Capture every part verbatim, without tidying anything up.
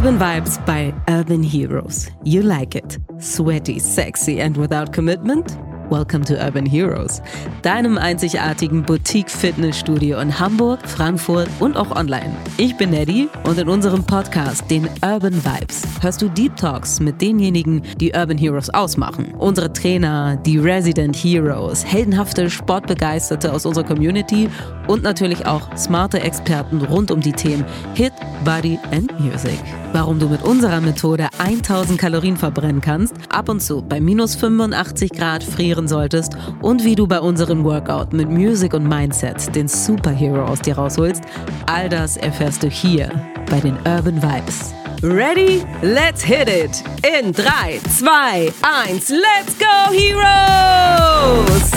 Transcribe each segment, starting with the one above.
Urban Vibes bei Urban Heroes. You like it. Sweaty, sexy and without commitment? Welcome to Urban Heroes, deinem einzigartigen Boutique-Fitnessstudio in Hamburg, Frankfurt und auch online. Ich bin Neddy und in unserem Podcast, den Urban Vibes, hörst du Deep Talks mit denjenigen, die Urban Heroes ausmachen. Unsere Trainer, die Resident Heroes, heldenhafte Sportbegeisterte aus unserer Community und natürlich auch smarte Experten rund um die Themen Hit, Body and Music. Warum du mit unserer Methode tausend Kalorien verbrennen kannst, ab und zu bei minus fünfundachtzig Grad frieren solltest und wie du bei unserem Workout mit Music und Mindset den Superhero aus dir rausholst, all das erfährst du hier bei den Urban Vibes. Ready? Let's hit it! In drei, zwei, eins, let's go Heroes!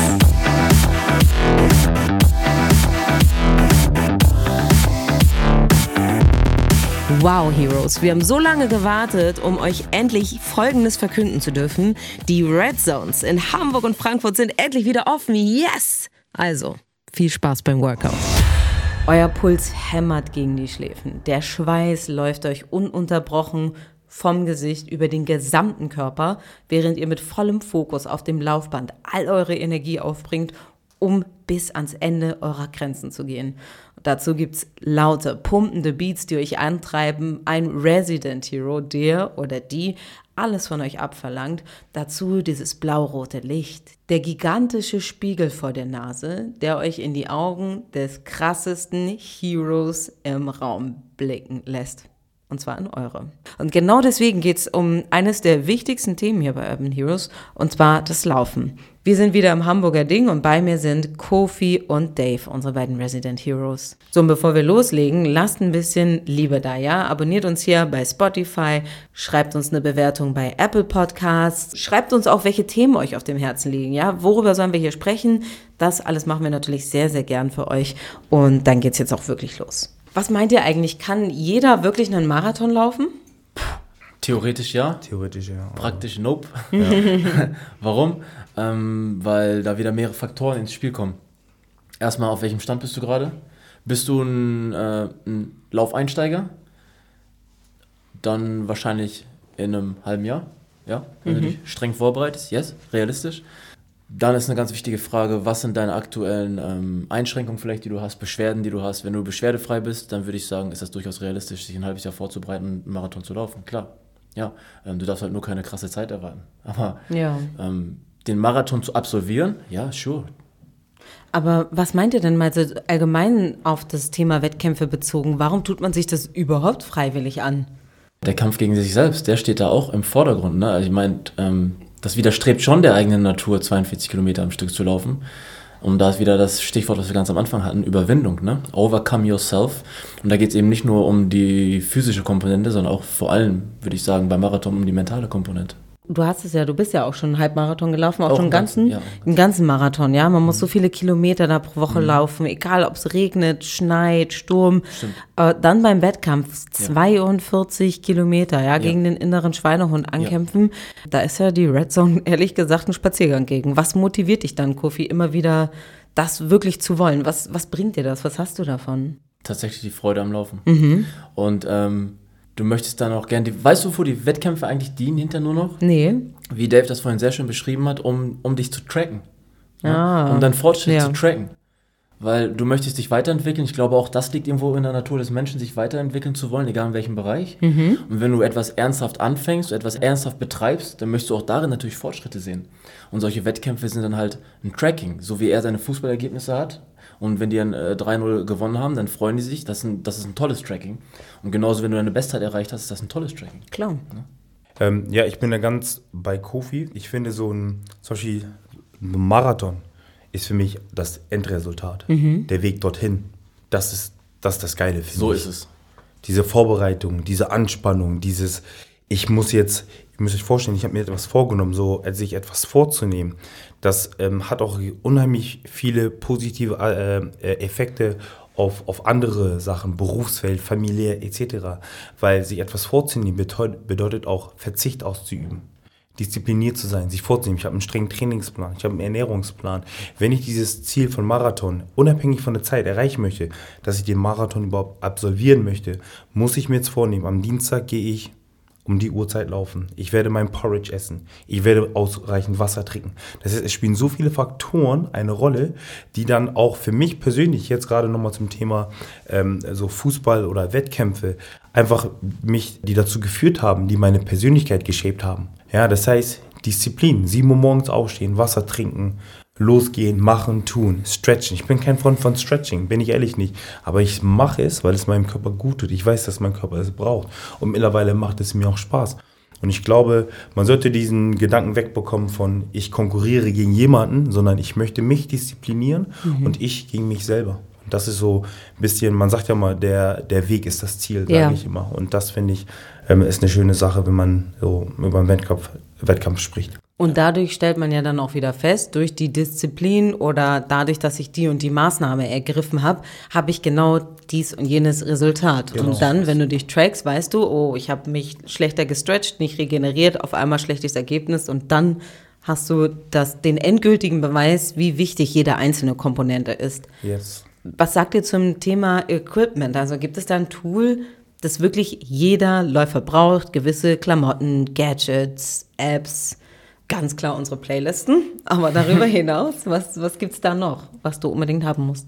Wow, Heroes, wir haben so lange gewartet, um euch endlich Folgendes verkünden zu dürfen. Die Red Zones in Hamburg und Frankfurt sind endlich wieder offen. Yes! Also, viel Spaß beim Workout. Euer Puls hämmert gegen die Schläfen. Der Schweiß läuft euch ununterbrochen vom Gesicht über den gesamten Körper, während ihr mit vollem Fokus auf dem Laufband all eure Energie aufbringt, um bis ans Ende eurer Grenzen zu gehen. Dazu gibt's laute, pumpende Beats, die euch antreiben, ein Resident Hero, der oder die alles von euch abverlangt. Dazu dieses blau-rote Licht, der gigantische Spiegel vor der Nase, der euch in die Augen des krassesten Heroes im Raum blicken lässt. Und zwar in eure. Und genau deswegen geht es um eines der wichtigsten Themen hier bei Urban Heroes, und zwar das Laufen. Wir sind wieder im Hamburger Ding und bei mir sind Kofi und Dave, unsere beiden Resident Heroes. So, und bevor wir loslegen, lasst ein bisschen Liebe da, ja? Abonniert uns hier bei Spotify, schreibt uns eine Bewertung bei Apple Podcasts, schreibt uns auch, welche Themen euch auf dem Herzen liegen, ja? Worüber sollen wir hier sprechen? Das alles machen wir natürlich sehr, sehr gern für euch und dann geht's jetzt auch wirklich los. Was meint ihr eigentlich? Kann jeder wirklich einen Marathon laufen? Theoretisch ja. Theoretisch ja. Praktisch nope. Ja. Warum? Ähm, weil da wieder mehrere Faktoren ins Spiel kommen. Erstmal, auf welchem Stand bist du gerade? Bist du ein, äh, ein Laufeinsteiger? Dann wahrscheinlich in einem halben Jahr. Ja, wenn mhm. du dich streng vorbereitest. Yes, realistisch. Dann ist eine ganz wichtige Frage, was sind deine aktuellen ähm, Einschränkungen vielleicht, die du hast, Beschwerden, die du hast. Wenn du beschwerdefrei bist, dann würde ich sagen, ist das durchaus realistisch, sich ein halbes Jahr vorzubereiten und einen Marathon zu laufen. Klar, ja, ähm, du darfst halt nur keine krasse Zeit erwarten. Aber ja. ähm, den Marathon zu absolvieren, ja, sure. Aber was meint ihr denn mal so allgemein auf das Thema Wettkämpfe bezogen? Warum tut man sich das überhaupt freiwillig an? Der Kampf gegen sich selbst, der steht da auch im Vordergrund. Ne? Also ich meine, ähm, das widerstrebt schon der eigenen Natur, zweiundvierzig Kilometer am Stück zu laufen. Und da ist wieder das Stichwort, was wir ganz am Anfang hatten, Überwindung, ne? Overcome yourself. Und da geht es eben nicht nur um die physische Komponente, sondern auch vor allem, würde ich sagen, beim Marathon um die mentale Komponente. Du hast es ja, du bist ja auch schon einen Halbmarathon gelaufen, auch, auch schon einen ganzen, ja, einen ganzen Marathon, ja. Man muss mhm. so viele Kilometer da pro Woche mhm. laufen, egal ob es regnet, schneit, Sturm. Äh, dann beim Wettkampf zweiundvierzig ja. Kilometer, ja, gegen ja. den inneren Schweinehund ankämpfen. Ja. Da ist ja die Red Zone, ehrlich gesagt, ein Spaziergang gegen. Was motiviert dich dann, Kofi, immer wieder das wirklich zu wollen? Was, was bringt dir das? Was hast du davon? Tatsächlich die Freude am Laufen. Mhm. Und, ähm, du möchtest dann auch gerne, die, weißt du, wofür die Wettkämpfe eigentlich dienen hinter nur noch? Nee. Wie Dave das vorhin sehr schön beschrieben hat, um, um dich zu tracken. Ah, ja? Um deinen Fortschritt ja. zu tracken. Weil du möchtest dich weiterentwickeln. Ich glaube, auch das liegt irgendwo in der Natur des Menschen, sich weiterentwickeln zu wollen, egal in welchem Bereich. Mhm. Und wenn du etwas ernsthaft anfängst, etwas ernsthaft betreibst, dann möchtest du auch darin natürlich Fortschritte sehen. Und solche Wettkämpfe sind dann halt ein Tracking, so wie er seine Fußballergebnisse hat. Und wenn die dann äh, drei null gewonnen haben, dann freuen die sich. Das ist, ein, das ist ein tolles Tracking. Und genauso, wenn du deine Bestzeit erreicht hast, ist das ein tolles Tracking. Klar. Ja, ähm, ja ich bin da ganz bei Kofi. Ich finde, so ein, zum Beispiel ein Marathon ist für mich das Endresultat. Mhm. Der Weg dorthin. Das ist das, ist das Geile, finde So ich. ist es. Diese Vorbereitung, diese Anspannung, dieses, ich muss jetzt, ihr müsst euch vorstellen, ich habe mir etwas vorgenommen, so sich etwas vorzunehmen. Das ähm, hat auch unheimlich viele positive äh, Effekte auf, auf andere Sachen, Berufswelt, Familie et cetera. Weil sich etwas vorzunehmen bedeutet auch Verzicht auszuüben. diszipliniert zu sein, sich vorzunehmen. Ich habe einen strengen Trainingsplan, ich habe einen Ernährungsplan. Wenn ich dieses Ziel von Marathon, unabhängig von der Zeit, erreichen möchte, dass ich den Marathon überhaupt absolvieren möchte, muss ich mir jetzt vornehmen, am Dienstag gehe ich um die Uhrzeit laufen. Ich werde mein Porridge essen. Ich werde ausreichend Wasser trinken. Das heißt, es spielen so viele Faktoren eine Rolle, die dann auch für mich persönlich, jetzt gerade nochmal zum Thema ähm, so Fußball oder Wettkämpfe, einfach mich, die dazu geführt haben, die meine Persönlichkeit geshaped haben. Ja, das heißt, Disziplin, sieben Uhr morgens aufstehen, Wasser trinken, losgehen, machen, tun, stretchen. Ich bin kein Freund von Stretching, bin ich ehrlich nicht. Aber ich mache es, weil es meinem Körper gut tut. Ich weiß, dass mein Körper es braucht. Und mittlerweile macht es mir auch Spaß. Und ich glaube, man sollte diesen Gedanken wegbekommen von, ich konkurriere gegen jemanden, sondern ich möchte mich disziplinieren mhm. und ich gegen mich selber. Und das ist so ein bisschen, man sagt ja mal, der, der Weg ist das Ziel, sage ja. ich immer. Und das, finde ich, ähm, ist eine schöne Sache, wenn man so über einen Wettkampf, Wettkampf spricht. Und dadurch stellt man ja dann auch wieder fest, durch die Disziplin oder dadurch, dass ich die und die Maßnahme ergriffen habe, habe ich genau dies und jenes Resultat. Genau. Und dann, wenn du dich trackst, weißt du, oh, ich habe mich schlechter gestretcht, nicht regeneriert, auf einmal schlechtes Ergebnis und dann hast du das, den endgültigen Beweis, wie wichtig jede einzelne Komponente ist. Yes. Was sagt ihr zum Thema Equipment? Also gibt es da ein Tool, das wirklich jeder Läufer braucht, gewisse Klamotten, Gadgets, Apps, ganz klar unsere Playlisten, aber darüber hinaus, was, was gibt es da noch, was du unbedingt haben musst?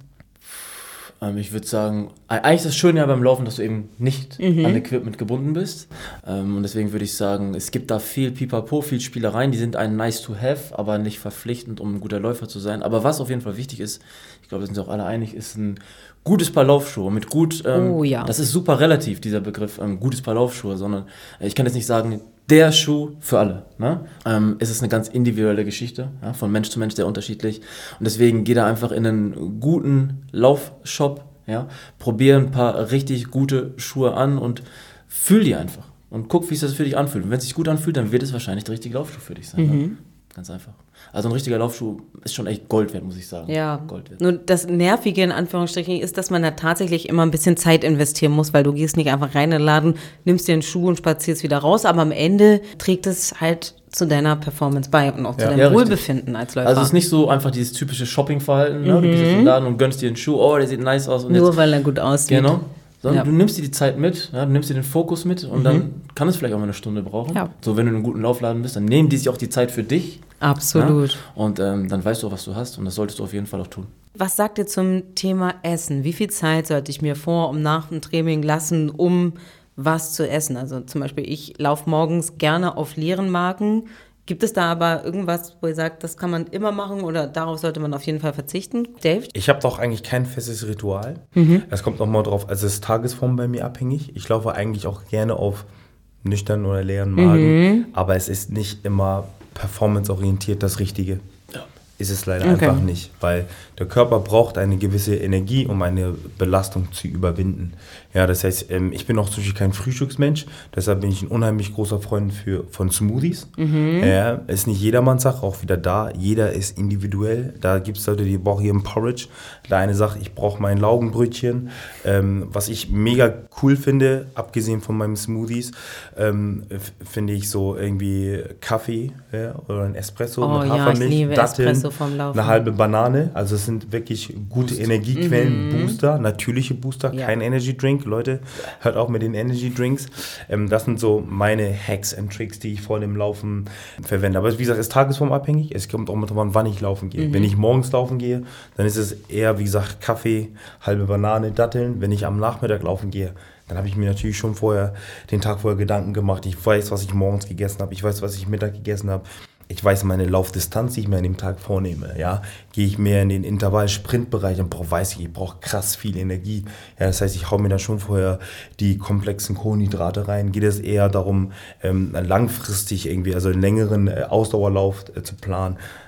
Ähm, ich würde sagen, eigentlich ist das Schöne ja beim Laufen, dass du eben nicht mhm. an Equipment gebunden bist. Ähm, und deswegen würde ich sagen, es gibt da viel Pipapo, viel Spielereien, die sind ein nice to have, aber nicht verpflichtend, um ein guter Läufer zu sein. Aber was auf jeden Fall wichtig ist, ich glaube, da sind sich auch alle einig, ist ein gutes Paar Laufschuhe. Mit gut, ähm, oh, ja. das ist super relativ, dieser Begriff, ähm, gutes Paar Laufschuhe, sondern äh, ich kann jetzt nicht sagen, der Schuh für alle. Ne? Ähm, es ist eine ganz individuelle Geschichte, ja, von Mensch zu Mensch sehr unterschiedlich. Und deswegen geh da einfach in einen guten Laufshop, ja, probier ein paar richtig gute Schuhe an und fühl die einfach. Und guck, wie es das für dich anfühlt. Und wenn es sich gut anfühlt, dann wird es wahrscheinlich der richtige Laufschuh für dich sein. Mhm. Ne? Ganz einfach. Also ein richtiger Laufschuh ist schon echt Gold wert, muss ich sagen. Ja, Gold wert. Nur das Nervige in Anführungsstrichen ist, dass man da tatsächlich immer ein bisschen Zeit investieren muss, weil du gehst nicht einfach rein in den Laden, nimmst dir einen Schuh und spazierst wieder raus, aber am Ende trägt es halt zu deiner Performance bei und auch zu ja. deinem ja, Wohlbefinden als Läufer. Also es ist nicht so einfach dieses typische Shopping-Verhalten, ne? Mhm. Du gehst jetzt in den Laden und gönnst dir einen Schuh, oh, der sieht nice aus. Und Nur jetzt, weil er gut aussieht. Genau. Sondern ja. du nimmst dir die Zeit mit, ja, du nimmst dir den Fokus mit und mhm. dann kann es vielleicht auch mal eine Stunde brauchen. Ja. So, wenn du in einem guten Laufladen bist, dann nehmen die sich auch die Zeit für dich. Absolut. Ja? Und ähm, dann weißt du auch, was du hast und das solltest du auf jeden Fall auch tun. Was sagt ihr zum Thema Essen? Wie viel Zeit sollte ich mir vor und nach dem Training lassen, um was zu essen? Also zum Beispiel, ich laufe morgens gerne auf leeren Magen. Gibt es da aber irgendwas, wo ihr sagt, das kann man immer machen oder darauf sollte man auf jeden Fall verzichten? Dave? Ich habe doch eigentlich kein festes Ritual. Mhm. Es kommt nochmal drauf, also es ist Tagesform bei mir abhängig. Ich laufe eigentlich auch gerne auf nüchtern oder leeren Magen, mhm. aber es ist nicht immer performanceorientiert das Richtige. Ja. Ist es leider okay. einfach nicht, weil der Körper braucht eine gewisse Energie, um eine Belastung zu überwinden. Ja, das heißt, ich bin auch zum Beispiel kein Frühstücksmensch, deshalb bin ich ein unheimlich großer Freund für, von Smoothies. Mhm. Ja, ist nicht jedermanns Sache, auch wieder da. Jeder ist individuell. Da gibt es Leute, die brauchen hier ein Porridge. Der eine sagt, ich brauche mein Laugenbrötchen. Ähm, was ich mega cool finde, abgesehen von meinen Smoothies, ähm, f- finde ich so irgendwie Kaffee ja, oder ein Espresso oh, mit Hafermilch, ja, ich liebe Datteln, Espresso vom Laufen. Eine halbe Banane. Also es sind wirklich gute Boost. Energiequellen, mhm. Booster, natürliche Booster, ja. kein Energy Drink. Leute, hört auf mit den Energy Drinks. Ähm, das sind so meine Hacks und Tricks, die ich vor dem Laufen verwende. Aber wie gesagt, es ist tagesformabhängig. Es kommt auch mal drauf an, wann ich laufen gehe. Mhm. Wenn ich morgens laufen gehe, dann ist es eher, wie gesagt, Kaffee, halbe Banane, Datteln. Wenn ich am Nachmittag laufen gehe, dann habe ich mir natürlich schon vorher, den Tag vorher Gedanken gemacht. Ich weiß, was ich morgens gegessen habe. Ich weiß, was ich Mittag gegessen habe. Ich weiß meine Laufdistanz, die ich mir an dem Tag vornehme. Ja? Gehe ich mehr in den Intervall-Sprint-Bereich und brauch, weiß ich, ich brauche krass viel Energie. Ja, das heißt, ich hau mir da schon vorher die komplexen Kohlenhydrate rein. Geht es eher darum, ähm, langfristig irgendwie, also einen längeren äh, Ausdauerlauf äh, zu planen,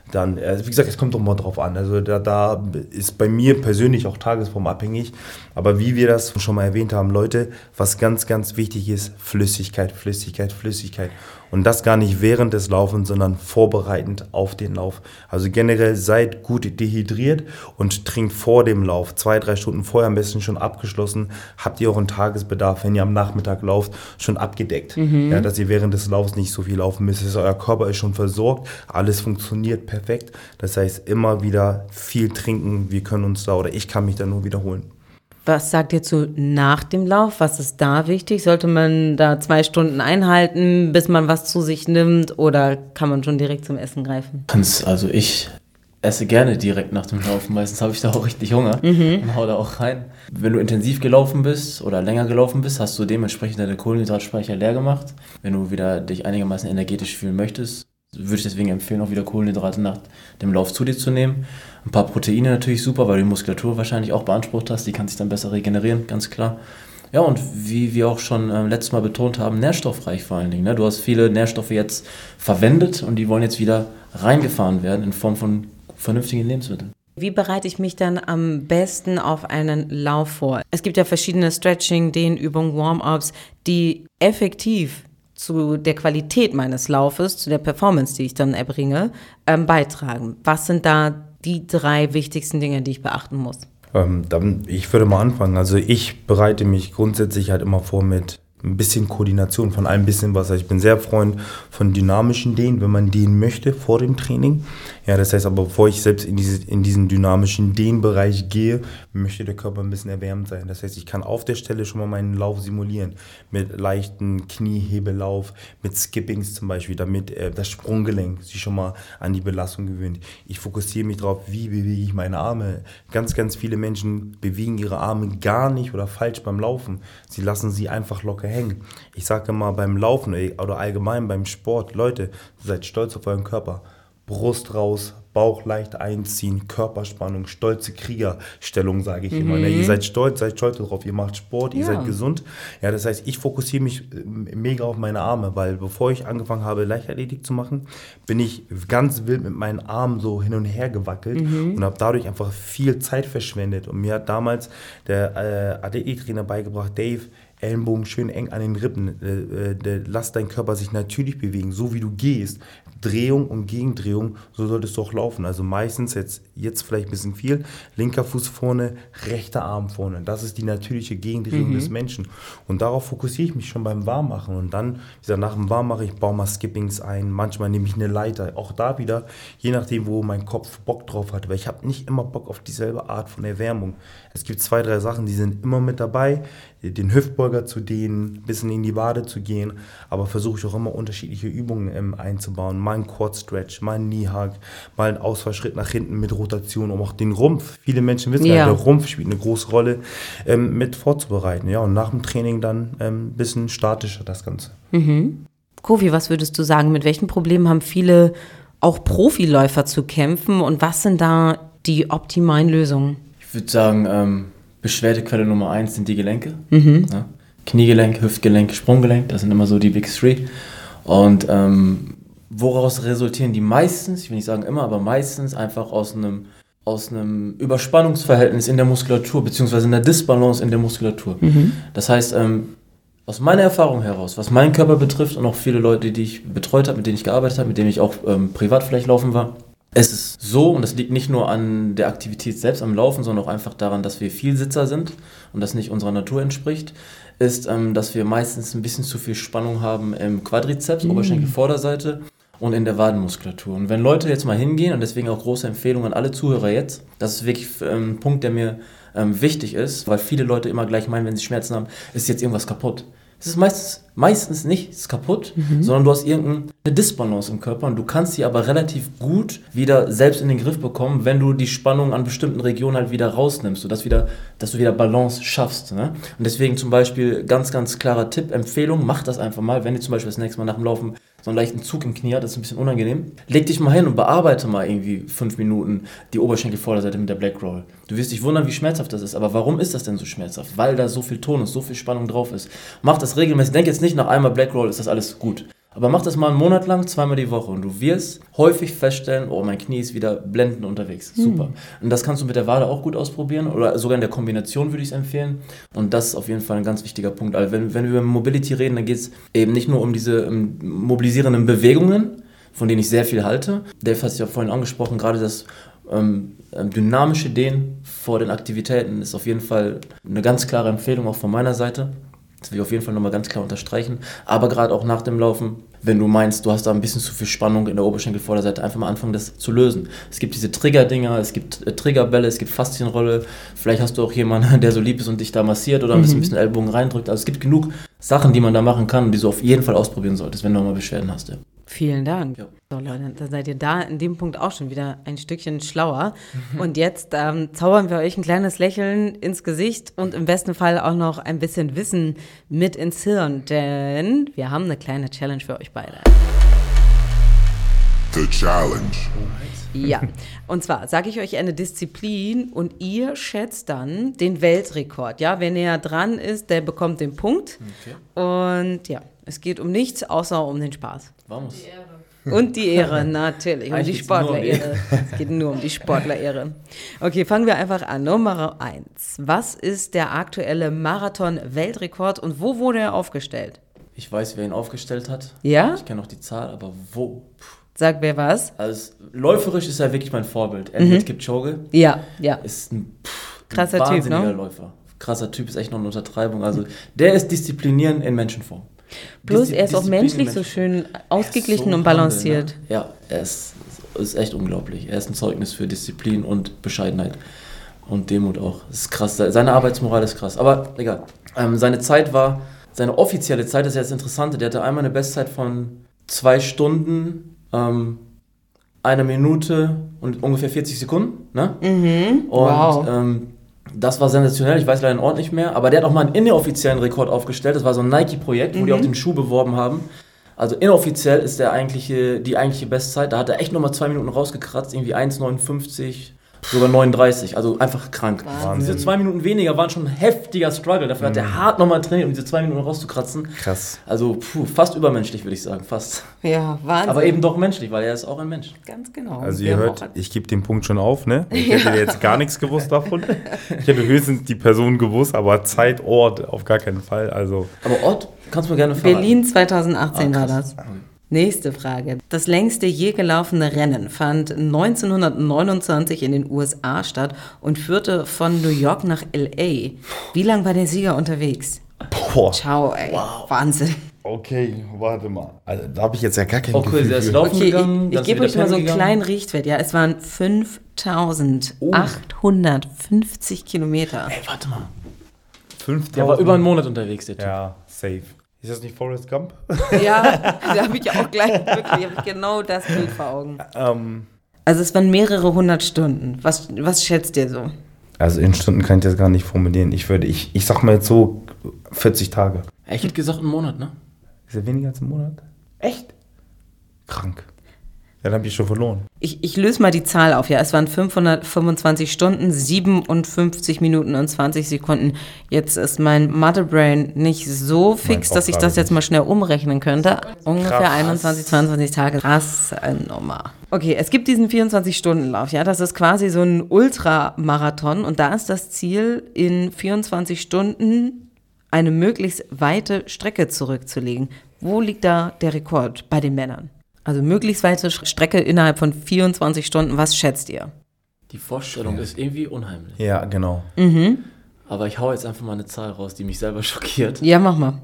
dann, also wie gesagt, es kommt doch mal drauf an. Also da, da ist bei mir persönlich auch tagesformabhängig. Aber wie wir das schon mal erwähnt haben, Leute, was ganz, ganz wichtig ist, Flüssigkeit, Flüssigkeit, Flüssigkeit. Und das gar nicht während des Laufens, sondern vorbereitend auf den Lauf. Also generell seid gut dehydriert und trinkt vor dem Lauf, zwei, drei Stunden vorher am besten schon abgeschlossen. Habt ihr auch einen Tagesbedarf, wenn ihr am Nachmittag lauft, schon abgedeckt. Mhm. Ja, dass ihr während des Laufs nicht so viel laufen müsst. Also euer Körper ist schon versorgt, alles funktioniert perfekt. Das heißt, immer wieder viel trinken. Wir können uns da, oder ich kann mich da nur wiederholen. Was sagt ihr zu nach dem Lauf? Was ist da wichtig? Sollte man da zwei Stunden einhalten, bis man was zu sich nimmt, oder kann man schon direkt zum Essen greifen? Also ich esse gerne direkt nach dem Laufen. Meistens habe ich da auch richtig Hunger mhm. und hau da auch rein. Wenn du intensiv gelaufen bist oder länger gelaufen bist, hast du dementsprechend deine Kohlenhydratspeicher leer gemacht. Wenn du wieder dich einigermaßen energetisch fühlen möchtest, würde ich deswegen empfehlen, auch wieder Kohlenhydrate nach dem Lauf zu dir zu nehmen. Ein paar Proteine natürlich super, weil du die Muskulatur wahrscheinlich auch beansprucht hast. Die kann sich dann besser regenerieren, ganz klar. Ja, und wie wir auch schon äh, letztes Mal betont haben, nährstoffreich vor allen Dingen. Ne? Du hast viele Nährstoffe jetzt verwendet und die wollen jetzt wieder reingefahren werden in Form von vernünftigen Lebensmitteln. Wie bereite ich mich dann am besten auf einen Lauf vor? Es gibt ja verschiedene Stretching, Dehnübungen, Warm-ups, die effektiv zu der Qualität meines Laufes, zu der Performance, die ich dann erbringe, ähm, beitragen. Was sind da die drei wichtigsten Dinge, die ich beachten muss? Ähm, dann, ich würde mal anfangen. Also ich bereite mich grundsätzlich halt immer vor mit ein bisschen Koordination von allem bisschen was. Also ich bin sehr Freund von dynamischen Dehnen, wenn man dehnen möchte vor dem Training. Ja, das heißt aber, bevor ich selbst in, diese, in diesen dynamischen Dehnbereich gehe, möchte der Körper ein bisschen erwärmt sein. Das heißt, ich kann auf der Stelle schon mal meinen Lauf simulieren. Mit leichten Kniehebellauf, mit Skippings zum Beispiel, damit äh, das Sprunggelenk sich schon mal an die Belastung gewöhnt. Ich fokussiere mich darauf, wie bewege ich meine Arme. Ganz, ganz viele Menschen bewegen ihre Arme gar nicht oder falsch beim Laufen. Sie lassen sie einfach locker hängen. Ich sage immer beim Laufen oder allgemein beim Sport, Leute, seid stolz auf euren Körper. Brust raus, Bauch leicht einziehen, Körperspannung, stolze Kriegerstellung, sage ich mhm. immer. Ne? Ihr seid stolz, seid stolz darauf, ihr macht Sport, ihr ja. seid gesund. Ja, das heißt, ich fokussiere mich mega auf meine Arme, weil bevor ich angefangen habe, Leichtathletik zu machen, bin ich ganz wild mit meinen Armen so hin und her gewackelt mhm. und habe dadurch einfach viel Zeit verschwendet. Und mir hat damals der äh, Athletiktrainer beigebracht, Dave, Ellenbogen schön eng an den Rippen. Äh, äh, lass deinen Körper sich natürlich bewegen, so wie du gehst. Drehung und Gegendrehung, so solltest du auch laufen. Also meistens, jetzt, jetzt vielleicht ein bisschen viel, linker Fuß vorne, rechter Arm vorne. Das ist die natürliche Gegendrehung mhm. des Menschen. Und darauf fokussiere ich mich schon beim Warmmachen. Und dann, wie gesagt, nach dem Warmmachen, ich baue mal Skippings ein. Manchmal nehme ich eine Leiter. Auch da wieder, je nachdem, wo mein Kopf Bock drauf hat. Weil ich habe nicht immer Bock auf dieselbe Art von Erwärmung. Es gibt zwei, drei Sachen, die sind immer mit dabei. Den Hüftbeuger zu dehnen, ein bisschen in die Wade zu gehen, aber versuche ich auch immer unterschiedliche Übungen ähm, einzubauen. Mal einen Quad Stretch, mal einen Knee Hug, mal einen Ausfallschritt nach hinten mit Rotation, um auch den Rumpf, viele Menschen wissen ja, der Rumpf spielt eine große Rolle, ähm, mit vorzubereiten. Ja, und nach dem Training dann ein ähm, bisschen statischer das Ganze. Mhm. Kofi, was würdest du sagen, mit welchen Problemen haben viele auch Profiläufer zu kämpfen und was sind da die optimalen Lösungen? Ich würde sagen, ähm, Beschwerdequelle Nummer eins sind die Gelenke. Mhm. Ja. Kniegelenk, Hüftgelenk, Sprunggelenk, das sind immer so die Big Three. Und ähm, woraus resultieren die meistens, ich will nicht sagen immer, aber meistens einfach aus einem, aus einem Überspannungsverhältnis in der Muskulatur, beziehungsweise einer Disbalance in der Muskulatur. Mhm. Das heißt, ähm, aus meiner Erfahrung heraus, was meinen Körper betrifft und auch viele Leute, die ich betreut habe, mit denen ich gearbeitet habe, mit denen ich auch ähm, privat vielleicht laufen war, es ist so, und das liegt nicht nur an der Aktivität selbst am Laufen, sondern auch einfach daran, dass wir Vielsitzer sind und das nicht unserer Natur entspricht, ist, ähm, dass wir meistens ein bisschen zu viel Spannung haben im Quadrizeps, mhm. Oberschenkelvorderseite und in der Wadenmuskulatur. Und wenn Leute jetzt mal hingehen, und deswegen auch große Empfehlung an alle Zuhörer jetzt, das ist wirklich ähm, ein Punkt, der mir ähm, wichtig ist, weil viele Leute immer gleich meinen, wenn sie Schmerzen haben, ist jetzt irgendwas kaputt. Es ist meistens, meistens nichts kaputt, mhm. sondern du hast irgendeine Disbalance im Körper und du kannst sie aber relativ gut wieder selbst in den Griff bekommen, wenn du die Spannung an bestimmten Regionen halt wieder rausnimmst, sodass wieder, dass du wieder Balance schaffst. Ne? Und deswegen zum Beispiel ganz, ganz klarer Tipp, Empfehlung, mach das einfach mal, wenn ihr zum Beispiel das nächste Mal nach dem Laufen so einen leichten Zug im Knie hat, das ist ein bisschen unangenehm. Leg dich mal hin und bearbeite mal irgendwie fünf Minuten die Oberschenkelvorderseite mit der Black Roll. Du wirst dich wundern, wie schmerzhaft das ist, aber warum ist das denn so schmerzhaft? Weil da so viel Tonus, so viel Spannung drauf ist. Mach das regelmäßig, denk jetzt nicht nach einmal Black Roll ist das alles gut. Aber mach das mal einen Monat lang, zweimal die Woche und du wirst häufig feststellen, oh, mein Knie ist wieder blendend unterwegs. Super. Hm. Und das kannst du mit der Wade auch gut ausprobieren oder sogar in der Kombination würde ich es empfehlen. Und das ist auf jeden Fall ein ganz wichtiger Punkt. Also wenn, wenn wir über Mobility reden, dann geht es eben nicht nur um diese um, mobilisierenden Bewegungen, von denen ich sehr viel halte. Dave hat es ja vorhin angesprochen, gerade das ähm, dynamische Dehnen vor den Aktivitäten ist auf jeden Fall eine ganz klare Empfehlung auch von meiner Seite. Das will ich auf jeden Fall nochmal ganz klar unterstreichen. Aber gerade auch nach dem Laufen, wenn du meinst, du hast da ein bisschen zu viel Spannung in der Oberschenkelvorderseite, einfach mal anfangen, das zu lösen. Es gibt diese Trigger-Dinger, es gibt äh, Triggerbälle, es gibt Faszienrolle. Vielleicht hast du auch jemanden, der so lieb ist und dich da massiert oder ein bisschen, mhm. ein bisschen Ellbogen reindrückt. Also es gibt genug Sachen, die man da machen kann und die du auf jeden Fall ausprobieren solltest, wenn du mal Beschwerden hast. Ja. Vielen Dank. Ja. So Leute, da seid ihr da in dem Punkt auch schon wieder ein Stückchen schlauer. Mhm. Und jetzt ähm, zaubern wir euch ein kleines Lächeln ins Gesicht und im besten Fall auch noch ein bisschen Wissen mit ins Hirn, denn wir haben eine kleine Challenge für euch beide. The Challenge. Ja, und zwar sage ich euch eine Disziplin und ihr schätzt dann den Weltrekord. Ja, wer näher dran ist, der bekommt den Punkt. Okay. Und ja, es geht um nichts außer um den Spaß. Vamos. Die Ehre. Und die Ehre, natürlich. Um die Sportlerehre. Es geht nur um die Sportlerehre. Okay, fangen wir einfach an. Nummer eins. Was ist der aktuelle Marathon-Weltrekord und wo wurde er aufgestellt? Ich weiß, wer ihn aufgestellt hat. Ja? Ich kenne auch die Zahl, aber wo? Puh. Sag wer was? Also läuferisch ist er wirklich mein Vorbild. Eliud mhm. Kipchoge. Ja, ja. Ist ein, pff, krasser ein Typ, ne? Läufer. Krasser Typ ist echt noch eine Untertreibung. Also der ist Disziplinieren in Menschenform. Plus er ist auch menschlich so schön ausgeglichen so und balanciert. Handel, ne? Ja, er ist, ist echt unglaublich. Er ist ein Zeugnis für Disziplin und Bescheidenheit. Und Demut auch. Das ist krass. Seine Arbeitsmoral ist krass. Aber egal. Ähm, seine Zeit war, seine offizielle Zeit, das ist ja das Interessante, der hatte einmal eine Bestzeit von zwei Stunden, ähm, eine Minute und ungefähr vierzig Sekunden. Ne? Mhm. Und wow. ähm, das war sensationell, ich weiß leider den Ort nicht mehr, aber der hat auch mal einen inoffiziellen Rekord aufgestellt. Das war so ein Nike-Projekt, wo mhm. die auch den Schuh beworben haben. Also inoffiziell ist der eigentliche, die eigentliche Bestzeit. Da hat er echt nochmal zwei Minuten rausgekratzt, irgendwie eins neunundfünfzig, sogar neununddreißig. Also einfach krank. Wahnsinn. Diese zwei Minuten weniger waren schon ein heftiger Struggle. Dafür mhm. hat er hart nochmal trainiert, um diese zwei Minuten rauszukratzen. Krass. Also puh, fast übermenschlich, würde ich sagen, fast. Ja, Wahnsinn. Aber eben doch menschlich, weil er ist auch ein Mensch. Ganz genau. Also ihr hört, ich gebe den Punkt schon auf, ne? Ich hätte jetzt gar nichts gewusst davon. Ich hätte höchstens die Person gewusst, aber Zeit, Ort auf gar keinen Fall. Also. Aber Ort kannst du mir gerne verraten. Berlin zweitausendachtzehn ah, war das. Nächste Frage. Das längste je gelaufene Rennen fand neunzehnhundertneunundzwanzig in den U S A statt und führte von New York nach L A. Wie lang war der Sieger unterwegs? Boah. Ciao, ey. Wow. Wahnsinn. Okay, warte mal. Also, da habe ich jetzt ja gar kein okay, Gefühl der ist für. laufen okay, gegangen. Ich, ich gebe euch mal so einen gegangen. kleinen Richtwert. Ja, es waren fünftausendachthundertfünfzig oh. Kilometer. Ey, warte mal. fünftausend Der war über einen Monat unterwegs, der Typ. Ja, safe. Ist das nicht Forrest Gump? Ja, da habe ich auch gleich wirklich hab ich genau das Bild vor Augen. Ähm, also es waren mehrere hundert Stunden. Was, was schätzt ihr so? Also in Stunden kann ich das gar nicht formulieren. Ich würde, ich, ich sag mal jetzt so vierzig Tage. Ich hätte gesagt einen Monat, ne? Ist er weniger als ein Monat? Echt? Krank. Dann habe ich schon verloren. Ich, ich löse mal die Zahl auf, ja. Es waren fünfhundertfünfundzwanzig Stunden, siebenundfünfzig Minuten und zwanzig Sekunden. Jetzt ist mein Mathe-Brain nicht so fix, dass ich das jetzt mal schnell umrechnen könnte. Ungefähr Krass. einundzwanzig, zweiundzwanzig Tage. Krasse Nummer. Okay, es gibt diesen vierundzwanzig-Stunden-Lauf, ja. Das ist quasi so ein Ultramarathon und da ist das Ziel, in vierundzwanzig Stunden eine möglichst weite Strecke zurückzulegen. Wo liegt da der Rekord bei den Männern? Also möglichst weite Strecke innerhalb von vierundzwanzig Stunden. Was schätzt ihr? Die Vorstellung ja. ist irgendwie unheimlich. Ja, genau. Mhm. Aber ich hau jetzt einfach mal eine Zahl raus, die mich selber schockiert. Ja, mach mal.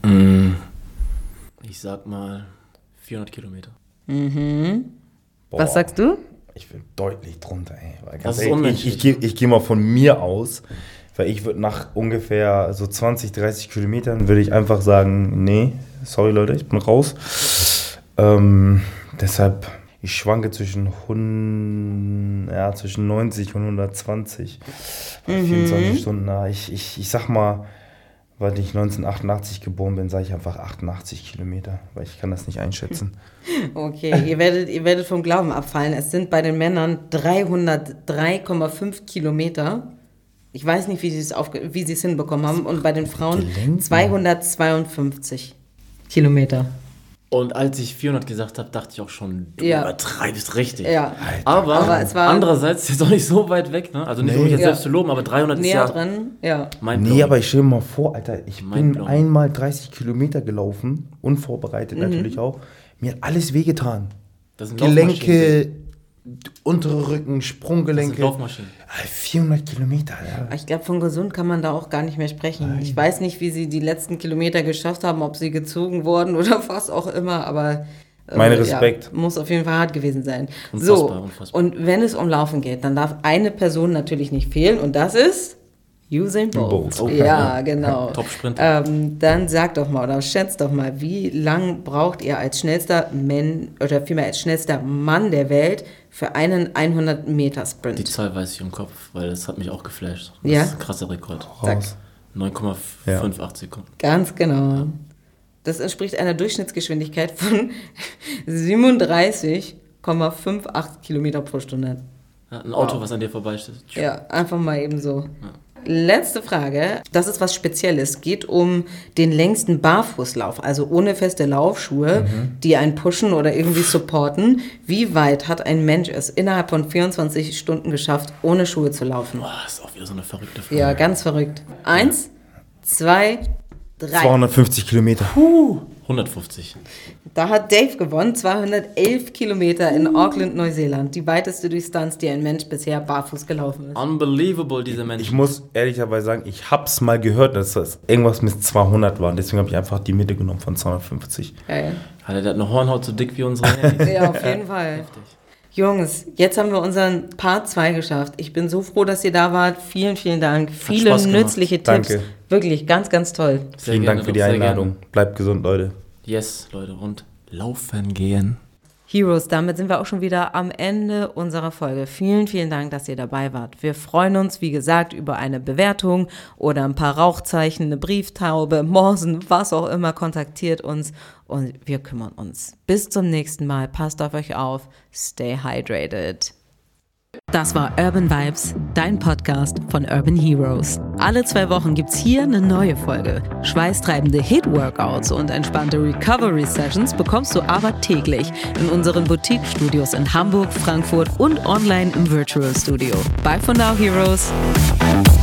Ich sag mal vierhundert Kilometer. Mhm. Was sagst du? Ich will deutlich drunter, ey. Weil das ist ey, unmenschlich. Ich, ich, ich, ich gehe mal von mir aus, weil ich würde nach ungefähr so zwanzig, dreißig Kilometern würde ich einfach sagen, nee, sorry Leute, ich bin raus. Ähm, deshalb, ich schwanke zwischen, hundert, ja, zwischen neunzig und hundertzwanzig bei mhm. vierundzwanzig Stunden. Na, ich, ich, ich sag mal, weil ich neunzehnhundertachtundachtzig geboren bin, sage ich einfach achtundachtzig Kilometer, weil ich kann das nicht einschätzen. Okay, ihr werdet, ihr werdet vom Glauben abfallen. Es sind bei den Männern dreihundertdrei Komma fünf Kilometer. Ich weiß nicht, wie sie es, aufge- wie sie es hinbekommen haben. Und bei den Frauen zweihundertzweiundfünfzig Kilometer. Und als ich vierhundert gesagt habe, dachte ich auch schon, du Ja. übertreibst richtig. Ja. Aber, Aber es war- andererseits ist es auch nicht so weit weg. Ne? Also nicht, um mich jetzt Ja. selbst zu loben, aber dreihundert ist Näher ja dran, ja. mein Nee, aber ich stelle mir mal vor, Alter, ich bin Mindblown. einmal dreißig Kilometer gelaufen, unvorbereitet Mhm. natürlich auch. Mir hat alles wehgetan. Das sind Laufmaschinen. Gelenke, untere Rücken, Das sind Sprunggelenke. Laufmaschinen. Alter, vierhundert Kilometer, Alter. Ich glaube, von gesund kann man da auch gar nicht mehr sprechen. Ich weiß nicht, wie sie die letzten Kilometer geschafft haben, ob sie gezogen wurden oder was auch immer, aber äh, Mein Respekt. Ja, muss auf jeden Fall hart gewesen sein. Unfassbar, so, unfassbar. und wenn es um Laufen geht, dann darf eine Person natürlich nicht fehlen und das ist Usain Bolt. Bolt. Okay. Ja, genau. Top-Sprinter. Ähm, dann sagt doch mal oder schätzt doch mal, wie lang braucht ihr als schnellster Mann oder vielmehr als schnellster Mann der Welt für einen hundert Meter Sprint? Die Zahl weiß ich im Kopf, weil das hat mich auch geflasht. Das Ja? ist ein krasser Rekord. Raus. neun Komma achtundfünfzig Sekunden. Ganz genau. Das entspricht einer Durchschnittsgeschwindigkeit von siebenunddreißig Komma achtundfünfzig Kilometer pro Stunde. Ja, ein Auto, was an dir vorbeisteht. Ja, einfach mal eben so. Letzte Frage. Das ist was Spezielles. Geht um den längsten Barfußlauf, also ohne feste Laufschuhe, die einen pushen oder irgendwie supporten. Wie weit hat ein Mensch es innerhalb von vierundzwanzig Stunden geschafft, ohne Schuhe zu laufen? Boah, das ist auch wieder so eine verrückte Frage. Ja, ganz verrückt. Eins, zwei, drei. zweihundertfünfzig Kilometer. hundertfünfzig. Da hat Dave gewonnen, zweihundertelf Kilometer in Auckland, Neuseeland. Die weiteste Distanz, die ein Mensch bisher barfuß gelaufen ist. Unbelievable, diese Menschen. Ich muss ehrlicherweise sagen, ich hab's mal gehört, dass das irgendwas mit zweihundert war. Und deswegen habe ich einfach die Mitte genommen von zweihundertfünfzig. Geil. Alter, der hat eine Hornhaut so dick wie unsere Handys. Ja, auf jeden Fall. Jungs, jetzt haben wir unseren Part zwei geschafft. Ich bin so froh, dass ihr da wart. Vielen, vielen Dank. Viele Spaß gemacht. nützliche Tipps. Danke. Wirklich, ganz, ganz toll. Sehr Vielen gerne, Dank für doch, die sehr Einladung. gerne. Bleibt gesund, Leute. Yes, Leute, und laufen gehen. Heroes, damit sind wir auch schon wieder am Ende unserer Folge. Vielen, vielen Dank, dass ihr dabei wart. Wir freuen uns, wie gesagt, über eine Bewertung oder ein paar Rauchzeichen, eine Brieftaube, Morsen, was auch immer. Kontaktiert uns und wir kümmern uns. Bis zum nächsten Mal. Passt auf euch auf. Stay hydrated. Das war Urban Vibes, dein Podcast von Urban Heroes. Alle zwei Wochen gibt's hier eine neue Folge. Schweißtreibende Hit-Workouts und entspannte Recovery-Sessions bekommst du aber täglich in unseren Boutique-Studios in Hamburg, Frankfurt und online im Virtual Studio. Bye for now, Heroes!